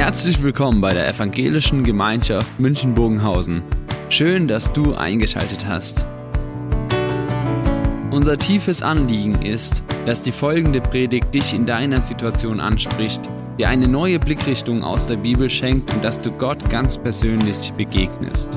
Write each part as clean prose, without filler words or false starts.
Herzlich willkommen bei der Evangelischen Gemeinschaft München-Bogenhausen. Schön, dass du eingeschaltet hast. Unser tiefes Anliegen ist, dass die folgende Predigt dich in deiner Situation anspricht, dir eine neue Blickrichtung aus der Bibel schenkt und dass du Gott ganz persönlich begegnest.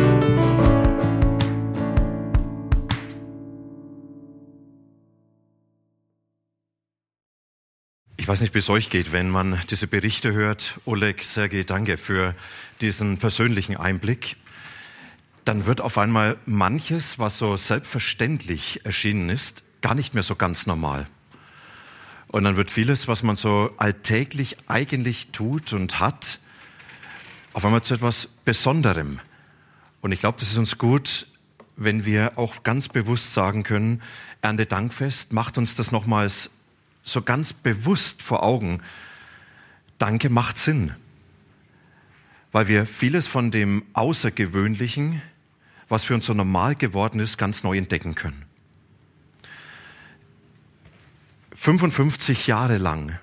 Ich weiß nicht, wie es euch geht, wenn man diese Berichte hört. Oleg, Sergej, danke für diesen persönlichen Einblick. Dann wird auf einmal manches, was so selbstverständlich erschienen ist, gar nicht mehr so ganz normal. Und dann wird vieles, was man so alltäglich eigentlich tut und hat, auf einmal zu etwas Besonderem. Und ich glaube, das ist uns gut, wenn wir auch ganz bewusst sagen können, Erntedankfest macht uns das nochmals so ganz bewusst vor Augen. Danke macht Sinn, weil wir vieles von dem Außergewöhnlichen, was für uns so normal geworden ist, ganz neu entdecken können. 55 Jahre lang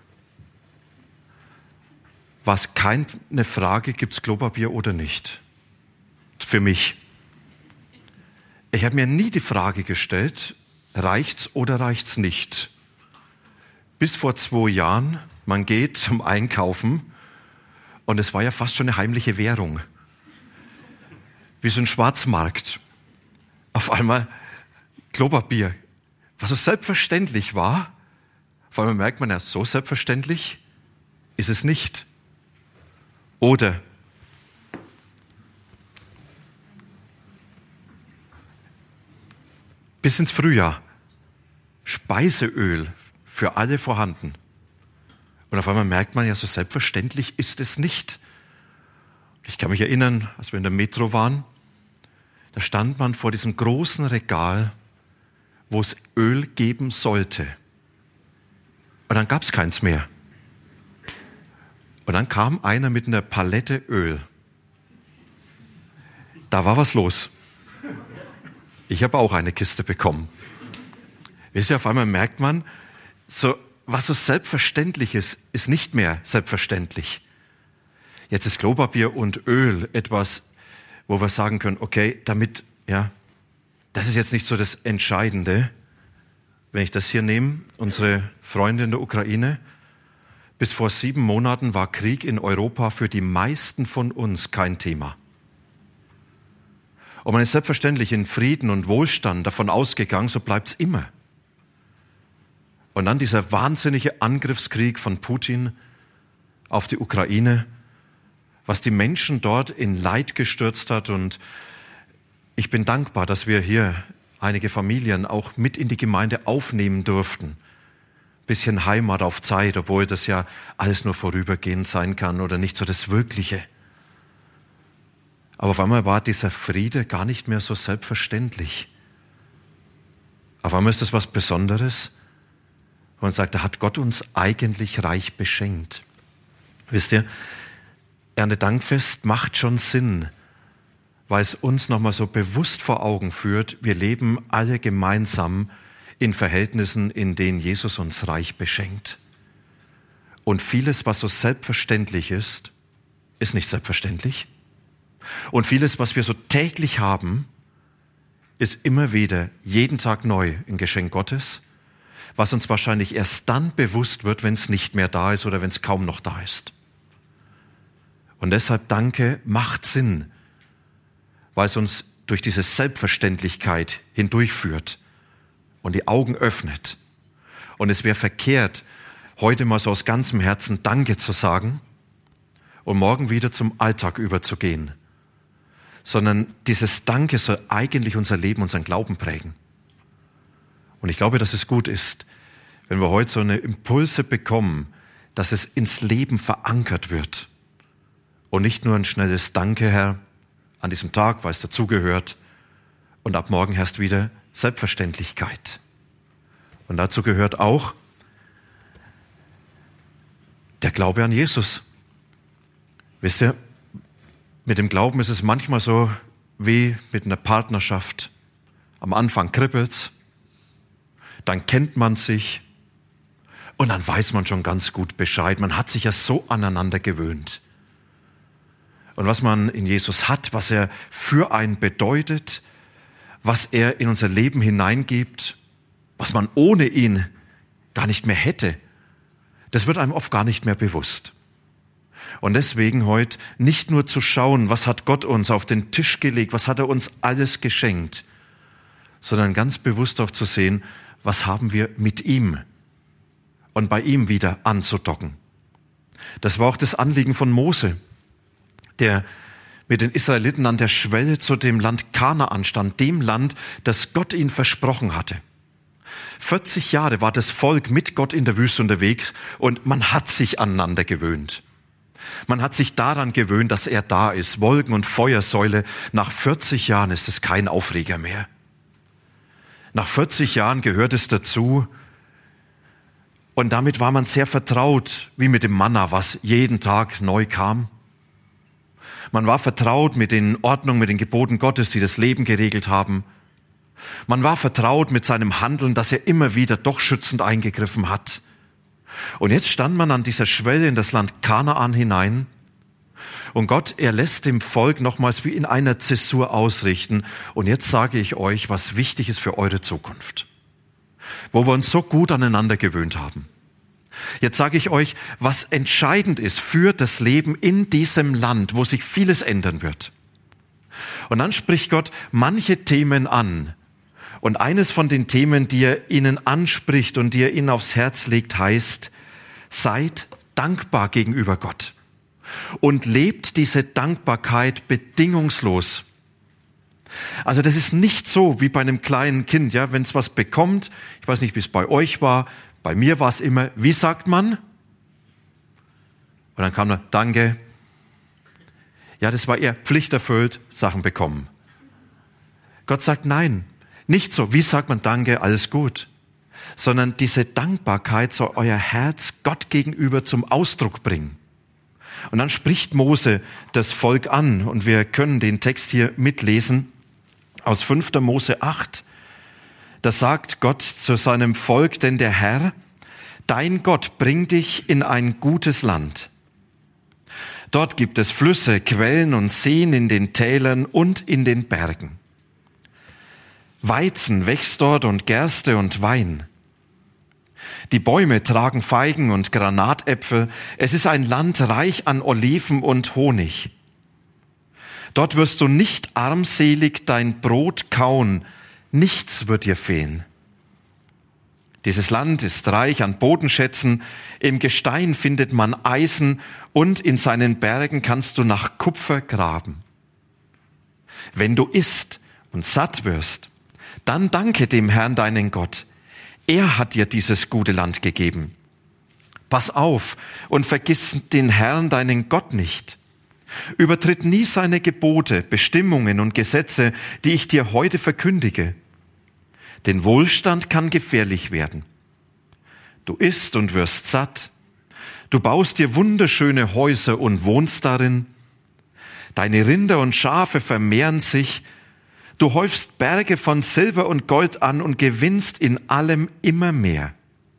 war es keine Frage, gibt es Klopapier oder nicht. Für mich. Ich habe mir nie die Frage gestellt, reicht's oder reicht's nicht? Bis vor 2 Jahren, man geht zum Einkaufen und es war ja fast schon eine heimliche Währung. Wie so ein Schwarzmarkt. Auf einmal Klopapier, was so selbstverständlich war. Auf einmal merkt man ja, so selbstverständlich ist es nicht. Oder bis ins Frühjahr Speiseöl für alle vorhanden. Und auf einmal merkt man ja, so selbstverständlich ist es nicht. Ich kann mich erinnern, als wir in der Metro waren, da stand man vor diesem großen Regal, wo es Öl geben sollte. Und dann gab es keins mehr. Und dann kam einer mit einer Palette Öl. Da war was los. Ich habe auch eine Kiste bekommen. Wisst ihr, auf einmal merkt man, so, was so selbstverständlich ist, ist nicht mehr selbstverständlich. Jetzt ist Klopapier und Öl etwas, wo wir sagen können, okay, damit, ja, das ist jetzt nicht so das Entscheidende. Wenn ich das hier nehme, unsere Freunde in der Ukraine, bis vor 7 Monaten war Krieg in Europa für die meisten von uns kein Thema. Und man ist selbstverständlich in Frieden und Wohlstand davon ausgegangen, so bleibt es immer. Und dann dieser wahnsinnige Angriffskrieg von Putin auf die Ukraine, was die Menschen dort in Leid gestürzt hat. Und ich bin dankbar, dass wir hier einige Familien auch mit in die Gemeinde aufnehmen durften. Bisschen Heimat auf Zeit, obwohl das ja alles nur vorübergehend sein kann oder nicht so das Wirkliche. Aber auf einmal war dieser Friede gar nicht mehr so selbstverständlich. Auf einmal ist das was Besonderes. Und man sagt, da hat Gott uns eigentlich reich beschenkt. Wisst ihr, Erntedankfest macht schon Sinn, weil es uns nochmal so bewusst vor Augen führt, wir leben alle gemeinsam in Verhältnissen, in denen Jesus uns reich beschenkt. Und vieles, was so selbstverständlich ist, ist nicht selbstverständlich. Und vieles, was wir so täglich haben, ist immer wieder jeden Tag neu ein Geschenk Gottes, was uns wahrscheinlich erst dann bewusst wird, wenn es nicht mehr da ist oder wenn es kaum noch da ist. Und deshalb Danke macht Sinn, weil es uns durch diese Selbstverständlichkeit hindurchführt und die Augen öffnet. Und es wäre verkehrt, heute mal so aus ganzem Herzen Danke zu sagen und morgen wieder zum Alltag überzugehen, sondern dieses Danke soll eigentlich unser Leben, unseren Glauben prägen. Und ich glaube, dass es gut ist, wenn wir heute so eine Impulse bekommen, dass es ins Leben verankert wird. Und nicht nur ein schnelles Danke, Herr, an diesem Tag, weil es dazugehört. Und ab morgen herrscht wieder Selbstverständlichkeit. Und dazu gehört auch der Glaube an Jesus. Wisst ihr, mit dem Glauben ist es manchmal so wie mit einer Partnerschaft. Am Anfang kribbelt's. Dann kennt man sich und dann weiß man schon ganz gut Bescheid. Man hat sich ja so aneinander gewöhnt. und was man in Jesus hat, was er für einen bedeutet, was er in unser Leben hineingibt, was man ohne ihn gar nicht mehr hätte, das wird einem oft gar nicht mehr bewusst. Und deswegen heute nicht nur zu schauen, was hat Gott uns auf den Tisch gelegt, was hat er uns alles geschenkt, sondern ganz bewusst auch zu sehen, was haben wir mit ihm und bei ihm wieder anzudocken. Das war auch das Anliegen von Mose, der mit den Israeliten an der Schwelle zu dem Land Kanaan stand, dem Land, das Gott ihnen versprochen hatte. 40 Jahre war das Volk mit Gott in der Wüste unterwegs und man hat sich aneinander gewöhnt. Man hat sich daran gewöhnt, dass er da ist. Wolken- und Feuersäule. Nach 40 Jahren ist es kein Aufreger mehr. Nach 40 Jahren gehört es dazu. Und damit war man sehr vertraut, wie mit dem Manna, was jeden Tag neu kam. Man war vertraut mit den Ordnungen, mit den Geboten Gottes, die das Leben geregelt haben. Man war vertraut mit seinem Handeln, dass er immer wieder doch schützend eingegriffen hat. Und jetzt stand man an dieser Schwelle in das Land Kanaan hinein. Und Gott, er lässt dem Volk nochmals wie in einer Zäsur ausrichten. Und jetzt sage ich euch, was wichtig ist für eure Zukunft. Wo wir uns so gut aneinander gewöhnt haben. Jetzt sage ich euch, was entscheidend ist für das Leben in diesem Land, wo sich vieles ändern wird. Und dann spricht Gott manche Themen an. Und eines von den Themen, die er ihnen anspricht und die er ihnen aufs Herz legt, heißt, seid dankbar gegenüber Gott und lebt diese Dankbarkeit bedingungslos. Also das ist nicht so wie bei einem kleinen Kind, ja, wenn es was bekommt. Ich weiß nicht, wie es bei euch war. Bei mir war es immer, wie sagt man? Und dann kam er, danke. Ja, das war eher pflichterfüllt, Sachen bekommen. Gott sagt nein, nicht so, wie sagt man danke, alles gut. Sondern diese Dankbarkeit soll euer Herz Gott gegenüber zum Ausdruck bringen. Und dann spricht Mose das Volk an und wir können den Text hier mitlesen aus 5. Mose 8. Da sagt Gott zu seinem Volk, denn der Herr, dein Gott, bringt dich in ein gutes Land. Dort gibt es Flüsse, Quellen und Seen in den Tälern und in den Bergen. Weizen wächst dort und Gerste und Wein. Die Bäume tragen Feigen und Granatäpfel. Es ist ein Land reich an Oliven und Honig. Dort wirst du nicht armselig dein Brot kauen, nichts wird dir fehlen. Dieses Land ist reich an Bodenschätzen, im Gestein findet man Eisen und in seinen Bergen kannst du nach Kupfer graben. Wenn du isst und satt wirst, dann danke dem Herrn deinen Gott. Er hat dir dieses gute Land gegeben. Pass auf und vergiss den Herrn deinen Gott nicht. Übertritt nie seine Gebote, Bestimmungen und Gesetze, die ich dir heute verkündige. Denn Wohlstand kann gefährlich werden. Du isst und wirst satt. Du baust dir wunderschöne Häuser und wohnst darin. Deine Rinder und Schafe vermehren sich. Du häufst Berge von Silber und Gold an und gewinnst in allem immer mehr.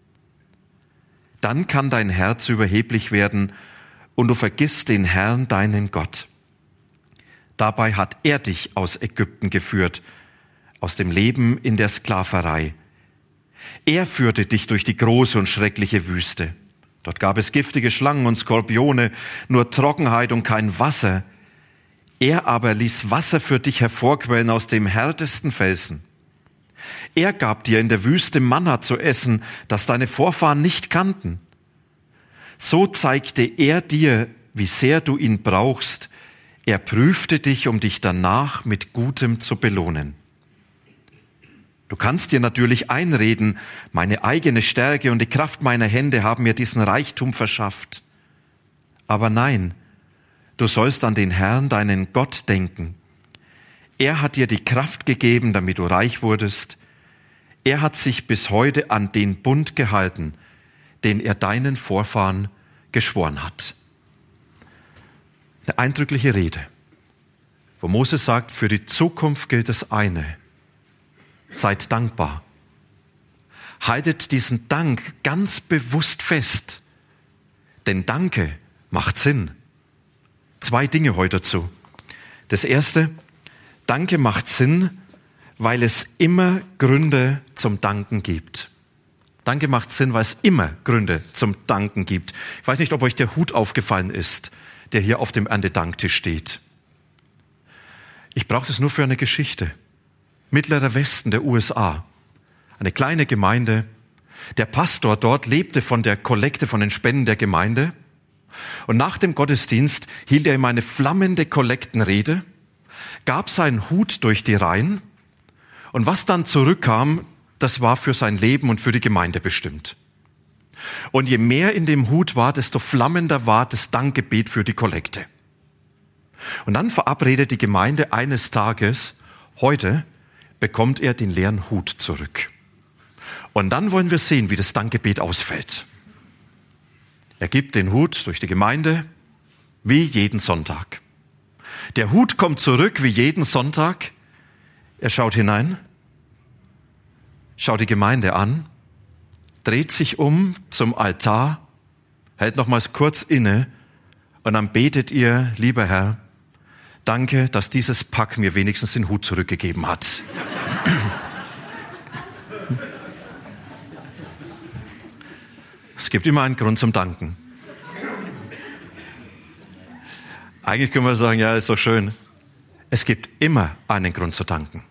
Dann kann dein Herz überheblich werden und du vergisst den Herrn, deinen Gott. Dabei hat er dich aus Ägypten geführt, aus dem Leben in der Sklaverei. Er führte dich durch die große und schreckliche Wüste. Dort gab es giftige Schlangen und Skorpione, nur Trockenheit und kein Wasser. Er aber ließ Wasser für dich hervorquellen aus dem härtesten Felsen. Er gab dir in der Wüste Manna zu essen, das deine Vorfahren nicht kannten. So zeigte er dir, wie sehr du ihn brauchst. Er prüfte dich, um dich danach mit Gutem zu belohnen. Du kannst dir natürlich einreden, meine eigene Stärke und die Kraft meiner Hände haben mir diesen Reichtum verschafft. Aber nein, du sollst an den Herrn, deinen Gott, denken. Er hat dir die Kraft gegeben, damit du reich wurdest. Er hat sich bis heute an den Bund gehalten, den er deinen Vorfahren geschworen hat. Eine eindrückliche Rede, wo Mose sagt, für die Zukunft gilt das eine: Seid dankbar. Haltet diesen Dank ganz bewusst fest, denn Danke macht Sinn. 2 Dinge heute dazu. Das erste, Danke macht Sinn, weil es immer Gründe zum Danken gibt. Danke macht Sinn, weil es immer Gründe zum Danken gibt. Ich weiß nicht, ob euch der Hut aufgefallen ist, der hier auf dem Erntedanktisch steht. Ich brauche das nur für eine Geschichte. Mittlerer Westen der USA. Eine kleine Gemeinde. Der Pastor dort lebte von der Kollekte, von den Spenden der Gemeinde. Und nach dem Gottesdienst hielt er ihm eine flammende Kollektenrede, gab seinen Hut durch die Reihen und was dann zurückkam, das war für sein Leben und für die Gemeinde bestimmt. Und je mehr in dem Hut war, desto flammender war das Dankgebet für die Kollekte. Und dann verabredet die Gemeinde eines Tages, heute bekommt er den leeren Hut zurück. Und dann wollen wir sehen, wie das Dankgebet ausfällt. Er gibt den Hut durch die Gemeinde, wie jeden Sonntag. Der Hut kommt zurück, wie jeden Sonntag. Er schaut hinein, schaut die Gemeinde an, dreht sich um zum Altar, hält nochmals kurz inne und dann betet ihr, lieber Herr, danke, dass dieses Pack mir wenigstens den Hut zurückgegeben hat. Es gibt immer einen Grund zum Danken. Eigentlich können wir sagen, ja, ist doch schön. Es gibt immer einen Grund zu danken.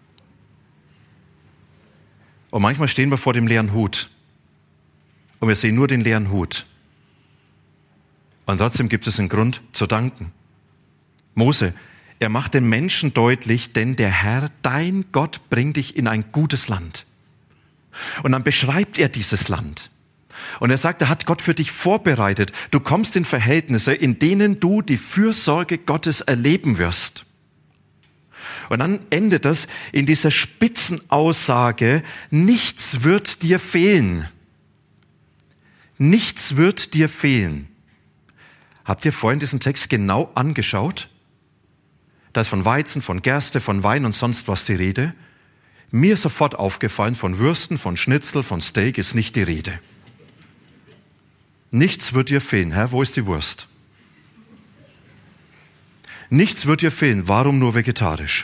Und manchmal stehen wir vor dem leeren Hut und wir sehen nur den leeren Hut. Und trotzdem gibt es einen Grund zu danken. Mose, er macht den Menschen deutlich, denn der Herr, dein Gott, bringt dich in ein gutes Land. Und dann beschreibt er dieses Land. Und er sagt, da hat Gott für dich vorbereitet. Du kommst in Verhältnisse, in denen du die Fürsorge Gottes erleben wirst. Und dann endet das in dieser Spitzenaussage, nichts wird dir fehlen. Nichts wird dir fehlen. Habt ihr vorhin diesen Text genau angeschaut? Da ist von Weizen, von Gerste, von Wein und sonst was die Rede. Mir ist sofort aufgefallen, von Würsten, von Schnitzel, von Steak ist nicht die Rede. Nichts wird dir fehlen. Herr, wo ist die Wurst? Nichts wird dir fehlen. Warum nur vegetarisch?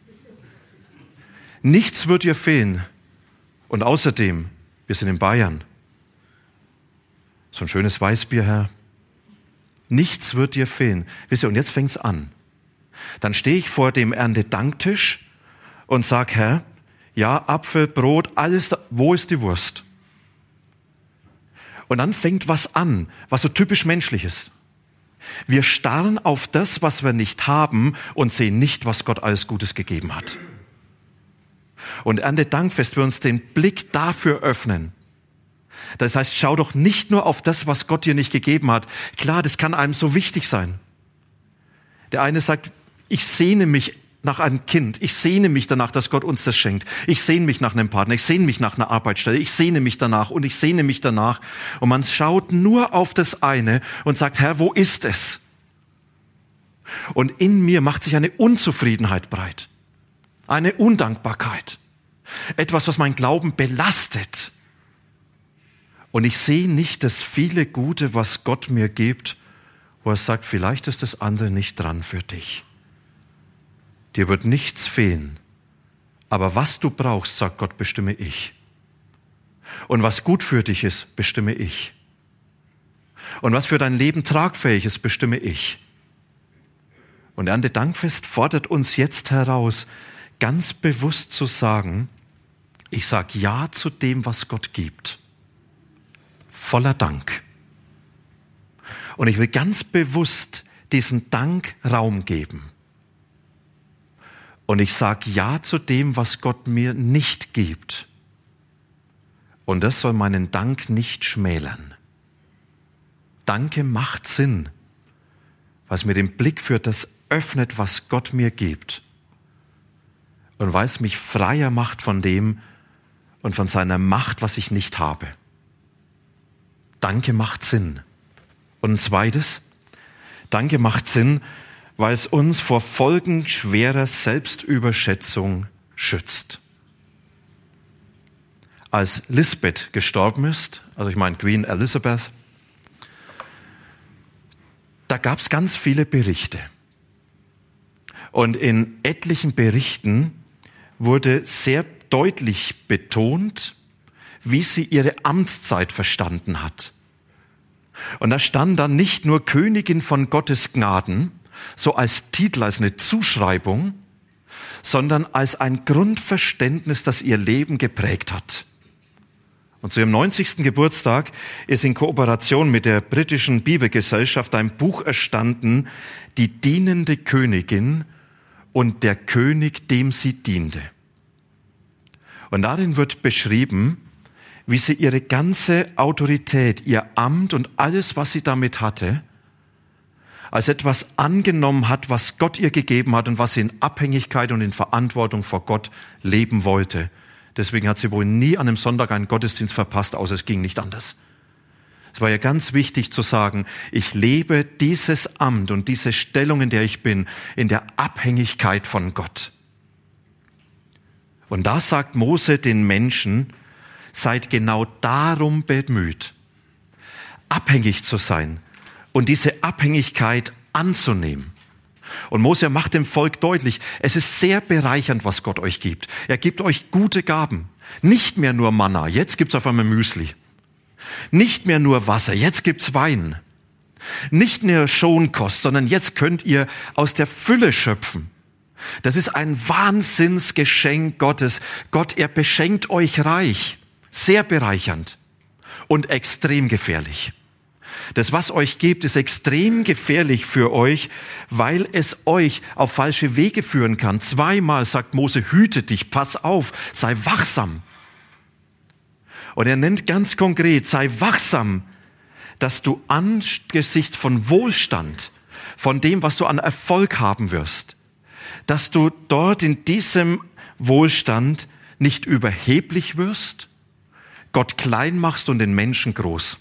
Nichts wird dir fehlen. Und außerdem, wir sind in Bayern. So ein schönes Weißbier, Herr. Nichts wird dir fehlen. Wisst ihr, und jetzt fängt's an. Dann stehe ich vor dem Erntedanktisch und sage, Herr, ja, Apfel, Brot, alles da. Wo ist die Wurst? Und dann fängt was an, was so typisch menschlich ist. Wir starren auf das, was wir nicht haben und sehen nicht, was Gott alles Gutes gegeben hat. Und Erntedankfest will uns den Blick dafür öffnen. Das heißt, schau doch nicht nur auf das, was Gott dir nicht gegeben hat. Klar, das kann einem so wichtig sein. Der eine sagt, ich sehne mich nach einem Kind. Ich sehne mich danach, dass Gott uns das schenkt. Ich sehne mich nach einem Partner. Ich sehne mich nach einer Arbeitsstelle. Ich sehne mich danach und ich sehne mich danach. Und man schaut nur auf das eine und sagt, Herr, wo ist es? Und in mir macht sich eine Unzufriedenheit breit. Eine Undankbarkeit. Etwas, was mein Glauben belastet. Und ich sehe nicht das viele Gute, was Gott mir gibt, wo er sagt, vielleicht ist das andere nicht dran für dich. Dir wird nichts fehlen. Aber was du brauchst, sagt Gott, bestimme ich. Und was gut für dich ist, bestimme ich. Und was für dein Leben tragfähig ist, bestimme ich. Und Erntedankfest fordert uns jetzt heraus, ganz bewusst zu sagen, ich sage Ja zu dem, was Gott gibt. Voller Dank. Und ich will ganz bewusst diesen Dank Raum geben. Und ich sage Ja zu dem, was Gott mir nicht gibt. Und das soll meinen Dank nicht schmälern. Danke macht Sinn, weil es mir den Blick für das öffnet, was Gott mir gibt. Und weil es mich freier macht von dem und von seiner Macht, was ich nicht habe. Danke macht Sinn. Und ein zweites, Danke macht Sinn, weil es uns vor Folgen schwerer Selbstüberschätzung schützt. Als Lisbeth gestorben ist, also ich meine Queen Elizabeth, da gab es ganz viele Berichte. Und in etlichen Berichten wurde sehr deutlich betont, wie sie ihre Amtszeit verstanden hat. Und da stand dann nicht nur Königin von Gottes Gnaden, so als Titel, als eine Zuschreibung, sondern als ein Grundverständnis, das ihr Leben geprägt hat. Und zu ihrem 90. Geburtstag ist in Kooperation mit der britischen Bibelgesellschaft ein Buch erstanden, Die dienende Königin und der König, dem sie diente. Und darin wird beschrieben, wie sie ihre ganze Autorität, ihr Amt und alles, was sie damit hatte, als etwas angenommen hat, was Gott ihr gegeben hat und was sie in Abhängigkeit und in Verantwortung vor Gott leben wollte. Deswegen hat sie wohl nie an einem Sonntag einen Gottesdienst verpasst, außer es ging nicht anders. Es war ja ganz wichtig zu sagen, ich lebe dieses Amt und diese Stellung, in der ich bin, in der Abhängigkeit von Gott. Und da sagt Mose den Menschen, seid genau darum bemüht, abhängig zu sein und diese Abhängigkeit anzunehmen. Und Mose macht dem Volk deutlich, es ist sehr bereichernd, was Gott euch gibt. Er gibt euch gute Gaben. Nicht mehr nur Manna, jetzt gibt's auf einmal Müsli. Nicht mehr nur Wasser, jetzt gibt's Wein. Nicht mehr Schonkost, sondern jetzt könnt ihr aus der Fülle schöpfen. Das ist ein Wahnsinnsgeschenk Gottes. Gott, er beschenkt euch reich, sehr bereichernd und extrem gefährlich. Das, was euch gibt, ist extrem gefährlich für euch, weil es euch auf falsche Wege führen kann. Zweimal sagt Mose, hüte dich, pass auf, sei wachsam. Und er nennt ganz konkret, sei wachsam, dass du angesichts von Wohlstand, von dem, was du an Erfolg haben wirst, dass du dort in diesem Wohlstand nicht überheblich wirst, Gott klein machst und den Menschen groß.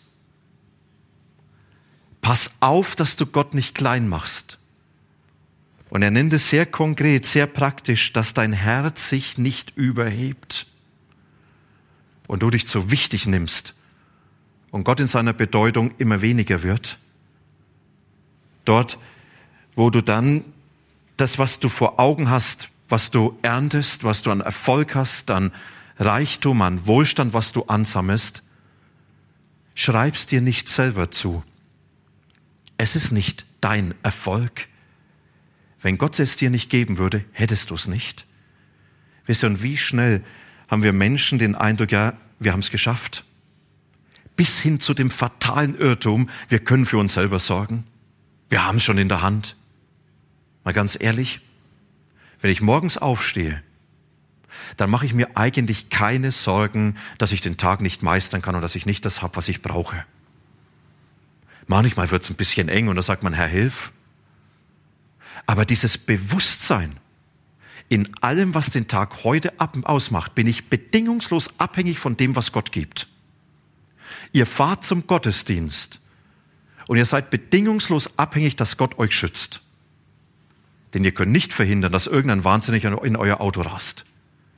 Pass auf, dass du Gott nicht klein machst. Und er nennt es sehr konkret, sehr praktisch, dass dein Herz sich nicht überhebt und du dich zu wichtig nimmst und Gott in seiner Bedeutung immer weniger wird. Dort, wo du dann das, was du vor Augen hast, was du erntest, was du an Erfolg hast, an Reichtum, an Wohlstand, was du ansammelst, schreibst dir nicht selber zu. Es ist nicht dein Erfolg. Wenn Gott es dir nicht geben würde, hättest du es nicht. Wisst ihr, und wie schnell haben wir Menschen den Eindruck, ja, wir haben es geschafft. Bis hin zu dem fatalen Irrtum, wir können für uns selber sorgen. Wir haben es schon in der Hand. Mal ganz ehrlich, wenn ich morgens aufstehe, dann mache ich mir eigentlich keine Sorgen, dass ich den Tag nicht meistern kann und dass ich nicht das habe, was ich brauche. Manchmal wird es ein bisschen eng und da sagt man, Herr, hilf. Aber dieses Bewusstsein, in allem, was den Tag heute ausmacht, bin ich bedingungslos abhängig von dem, was Gott gibt. Ihr fahrt zum Gottesdienst und ihr seid bedingungslos abhängig, dass Gott euch schützt. Denn ihr könnt nicht verhindern, dass irgendein Wahnsinniger in euer Auto rast.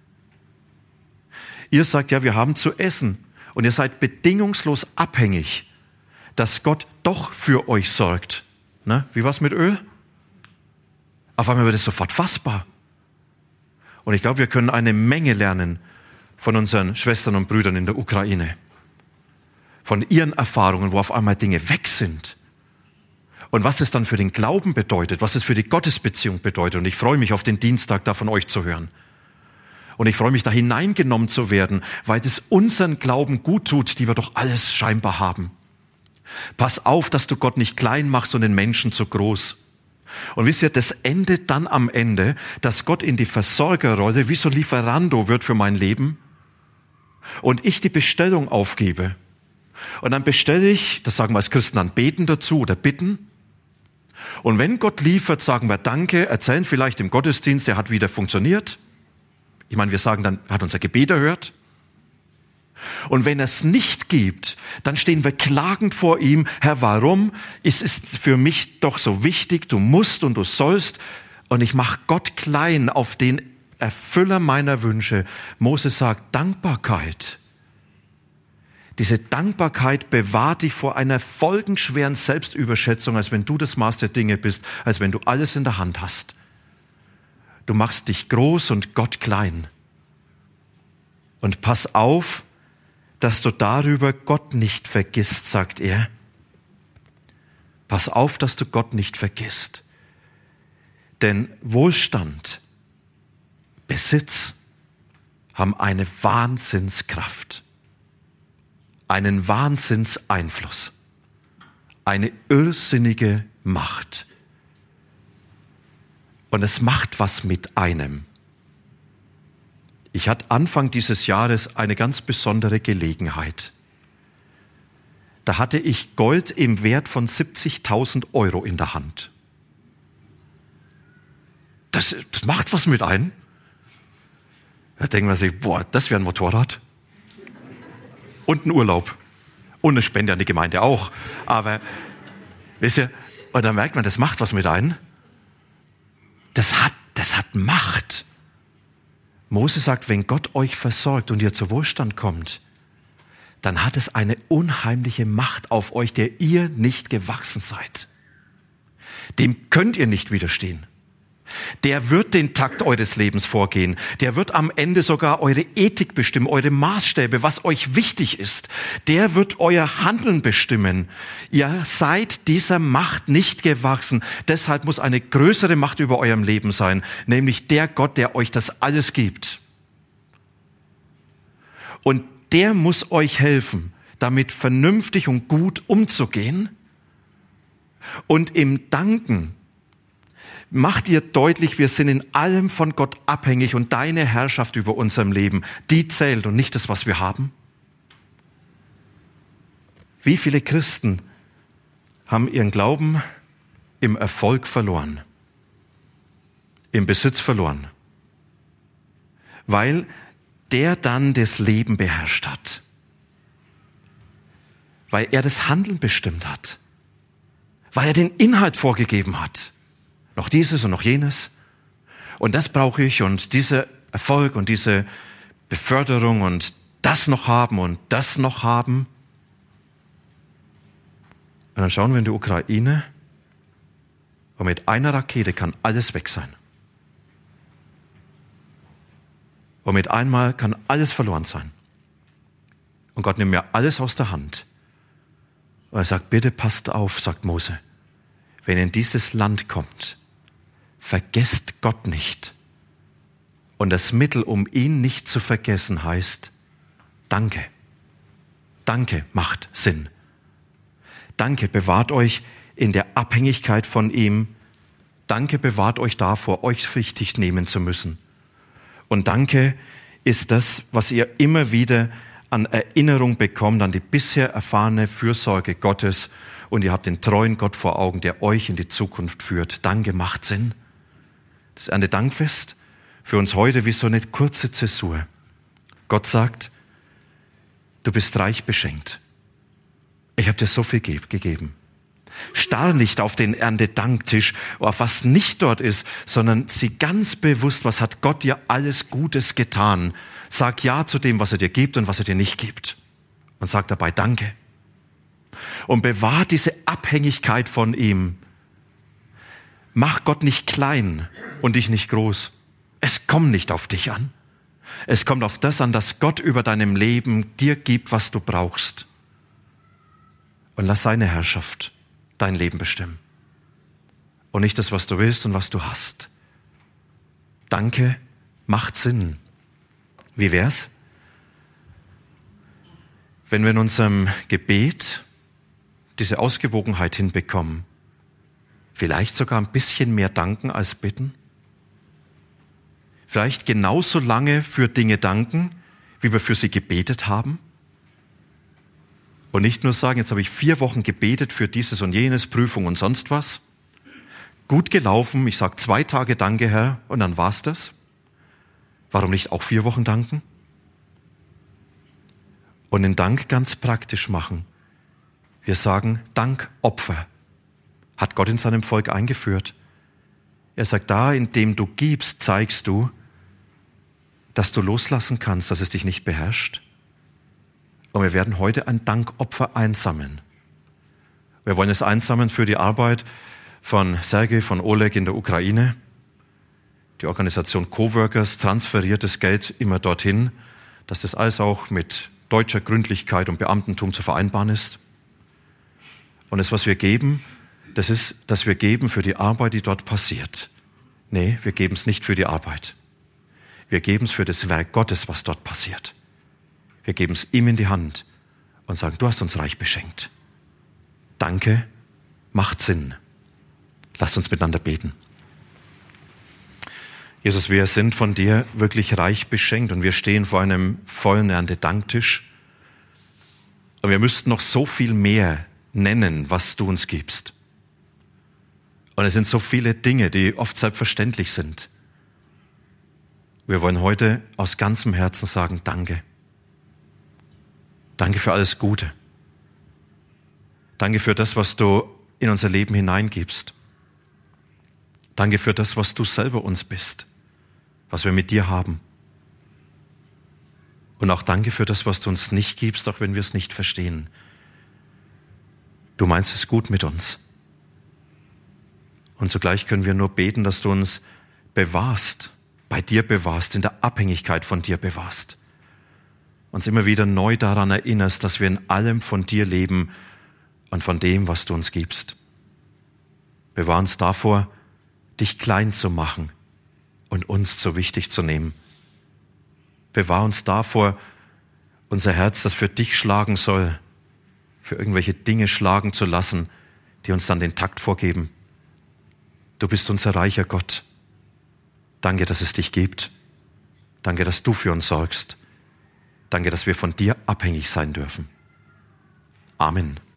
Ihr sagt, ja, wir haben zu essen und ihr seid bedingungslos abhängig, dass Gott doch für euch sorgt. Na, wie war's mit Öl? Auf einmal wird es sofort fassbar. Und ich glaube, wir können eine Menge lernen von unseren Schwestern und Brüdern in der Ukraine. Von ihren Erfahrungen, wo auf einmal Dinge weg sind. Und was es dann für den Glauben bedeutet, was es für die Gottesbeziehung bedeutet. Und ich freue mich auf den Dienstag, da von euch zu hören. Und ich freue mich, da hineingenommen zu werden, weil es unseren Glauben gut tut, die wir doch alles scheinbar haben. Pass auf, dass du Gott nicht klein machst und den Menschen zu groß. Und wisst ihr, das endet dann am Ende, dass Gott in die Versorgerrolle wie so Lieferando wird für mein Leben und ich die Bestellung aufgebe. Und dann bestelle ich, das sagen wir als Christen dann, beten dazu oder bitten. Und wenn Gott liefert, sagen wir Danke, erzählen vielleicht im Gottesdienst, der hat wieder funktioniert. Ich meine, wir sagen dann, er hat unser Gebet erhört. Und wenn er es nicht gibt, dann stehen wir klagend vor ihm, Herr, warum? Es ist für mich doch so wichtig, du musst und du sollst. Und ich mache Gott klein auf den Erfüller meiner Wünsche. Mose sagt, Dankbarkeit. Diese Dankbarkeit bewahrt dich vor einer folgenschweren Selbstüberschätzung, als wenn du das Maß der Dinge bist, als wenn du alles in der Hand hast. du machst dich groß und Gott klein. Und pass auf, dass du darüber Gott nicht vergisst, sagt er. Pass auf, dass du Gott nicht vergisst. Denn Wohlstand, Besitz haben eine Wahnsinnskraft, einen Wahnsinnseinfluss, eine irrsinnige Macht. Und es macht was mit einem. Ich hatte Anfang dieses Jahres eine ganz besondere Gelegenheit. Da hatte ich Gold im Wert von 70.000 Euro in der Hand. Das macht was mit einem. Da denkt man sich, boah, das wäre ein Motorrad. Und ein Urlaub. Und eine Spende an die Gemeinde auch. Aber, wisst ihr, und da merkt man, das macht was mit einem. Das hat Macht. Mose sagt, wenn Gott euch versorgt und ihr zu Wohlstand kommt, dann hat es eine unheimliche Macht auf euch, der ihr nicht gewachsen seid. Dem könnt ihr nicht widerstehen. Der wird den Takt eures Lebens vorgehen. Der wird am Ende sogar eure Ethik bestimmen, eure Maßstäbe, was euch wichtig ist. Der wird euer Handeln bestimmen. Ihr seid dieser Macht nicht gewachsen. Deshalb muss eine größere Macht über eurem Leben sein, nämlich der Gott, der euch das alles gibt. Und der muss euch helfen, damit vernünftig und gut umzugehen. Und im Danken macht ihr deutlich, wir sind in allem von Gott abhängig und deine Herrschaft über unserem Leben, die zählt und nicht das, was wir haben. Wie viele Christen haben ihren Glauben im Erfolg verloren, im Besitz verloren, weil der dann das Leben beherrscht hat, weil er das Handeln bestimmt hat, weil er den Inhalt vorgegeben hat. Noch dieses und noch jenes. Und das brauche ich und dieser Erfolg und diese Beförderung und das noch haben und das noch haben. Und dann schauen wir in die Ukraine und mit einer Rakete kann alles weg sein. Und mit einmal kann alles verloren sein. Und Gott nimmt mir alles aus der Hand. Und er sagt, bitte passt auf, sagt Mose, wenn ihr in dieses Land kommt, vergesst Gott nicht. Und das Mittel, um ihn nicht zu vergessen, heißt Danke. Danke macht Sinn. Danke bewahrt euch in der Abhängigkeit von ihm. Danke bewahrt euch davor, euch wichtig nehmen zu müssen. Und Danke ist das, was ihr immer wieder an Erinnerung bekommt, an die bisher erfahrene Fürsorge Gottes. Und ihr habt den treuen Gott vor Augen, der euch in die Zukunft führt. Danke macht Sinn. Das Erntedankfest für uns heute wie so eine kurze Zäsur. Gott sagt, du bist reich beschenkt. Ich habe dir so viel gegeben. Starr nicht auf den Erntedanktisch, auf was nicht dort ist, sondern sieh ganz bewusst, was hat Gott dir alles Gutes getan. Sag Ja zu dem, was er dir gibt und was er dir nicht gibt. Und sag dabei Danke. Und bewahr diese Abhängigkeit von ihm. Mach Gott nicht klein und dich nicht groß. Es kommt nicht auf dich an. Es kommt auf das an, dass Gott über deinem Leben dir gibt, was du brauchst. Und lass seine Herrschaft dein Leben bestimmen. Und nicht das, was du willst und was du hast. Danke macht Sinn. Wie wär's, wenn wir in unserem Gebet diese Ausgewogenheit hinbekommen? Vielleicht sogar ein bisschen mehr danken als bitten. Vielleicht genauso lange für Dinge danken, wie wir für sie gebetet haben. Und nicht nur sagen, jetzt habe ich 4 Wochen gebetet für dieses und jenes, Prüfung und sonst was. Gut gelaufen, ich sage 2 Tage Danke, Herr, und dann war's das. Warum nicht auch 4 Wochen danken? Und den Dank ganz praktisch machen. Wir sagen Dankopfer. Hat Gott in seinem Volk eingeführt. Er sagt, da, indem du gibst, zeigst du, dass du loslassen kannst, dass es dich nicht beherrscht. Und wir werden heute ein Dankopfer einsammeln. Wir wollen es einsammeln für die Arbeit von Sergej, von Oleg in der Ukraine. Die Organisation Coworkers transferiert das Geld immer dorthin, dass das alles auch mit deutscher Gründlichkeit und Beamtentum zu vereinbaren ist. Und das, was wir geben, das ist, dass wir geben für die Arbeit, die dort passiert. Nee, wir geben es nicht für die Arbeit. Wir geben es für das Werk Gottes, was dort passiert. Wir geben es ihm in die Hand und sagen, du hast uns reich beschenkt. Danke, macht Sinn. Lasst uns miteinander beten. Jesus, wir sind von dir wirklich reich beschenkt und wir stehen vor einem vollen Erntedanktisch. Und wir müssten noch so viel mehr nennen, was du uns gibst. Und es sind so viele Dinge, die oft selbstverständlich sind. Wir wollen heute aus ganzem Herzen sagen, danke. Danke für alles Gute. Danke für das, was du in unser Leben hineingibst. Danke für das, was du selber uns bist, was wir mit dir haben. Und auch danke für das, was du uns nicht gibst, auch wenn wir es nicht verstehen. Du meinst es gut mit uns. Und zugleich können wir nur beten, dass du uns bewahrst, bei dir bewahrst, in der Abhängigkeit von dir bewahrst. Uns immer wieder neu daran erinnerst, dass wir in allem von dir leben und von dem, was du uns gibst. Bewahr uns davor, dich klein zu machen und uns so wichtig zu nehmen. Bewahr uns davor, unser Herz, das für dich schlagen soll, für irgendwelche Dinge schlagen zu lassen, die uns dann den Takt vorgeben. Du bist unser reicher Gott. Danke, dass es dich gibt. Danke, dass du für uns sorgst. Danke, dass wir von dir abhängig sein dürfen. Amen.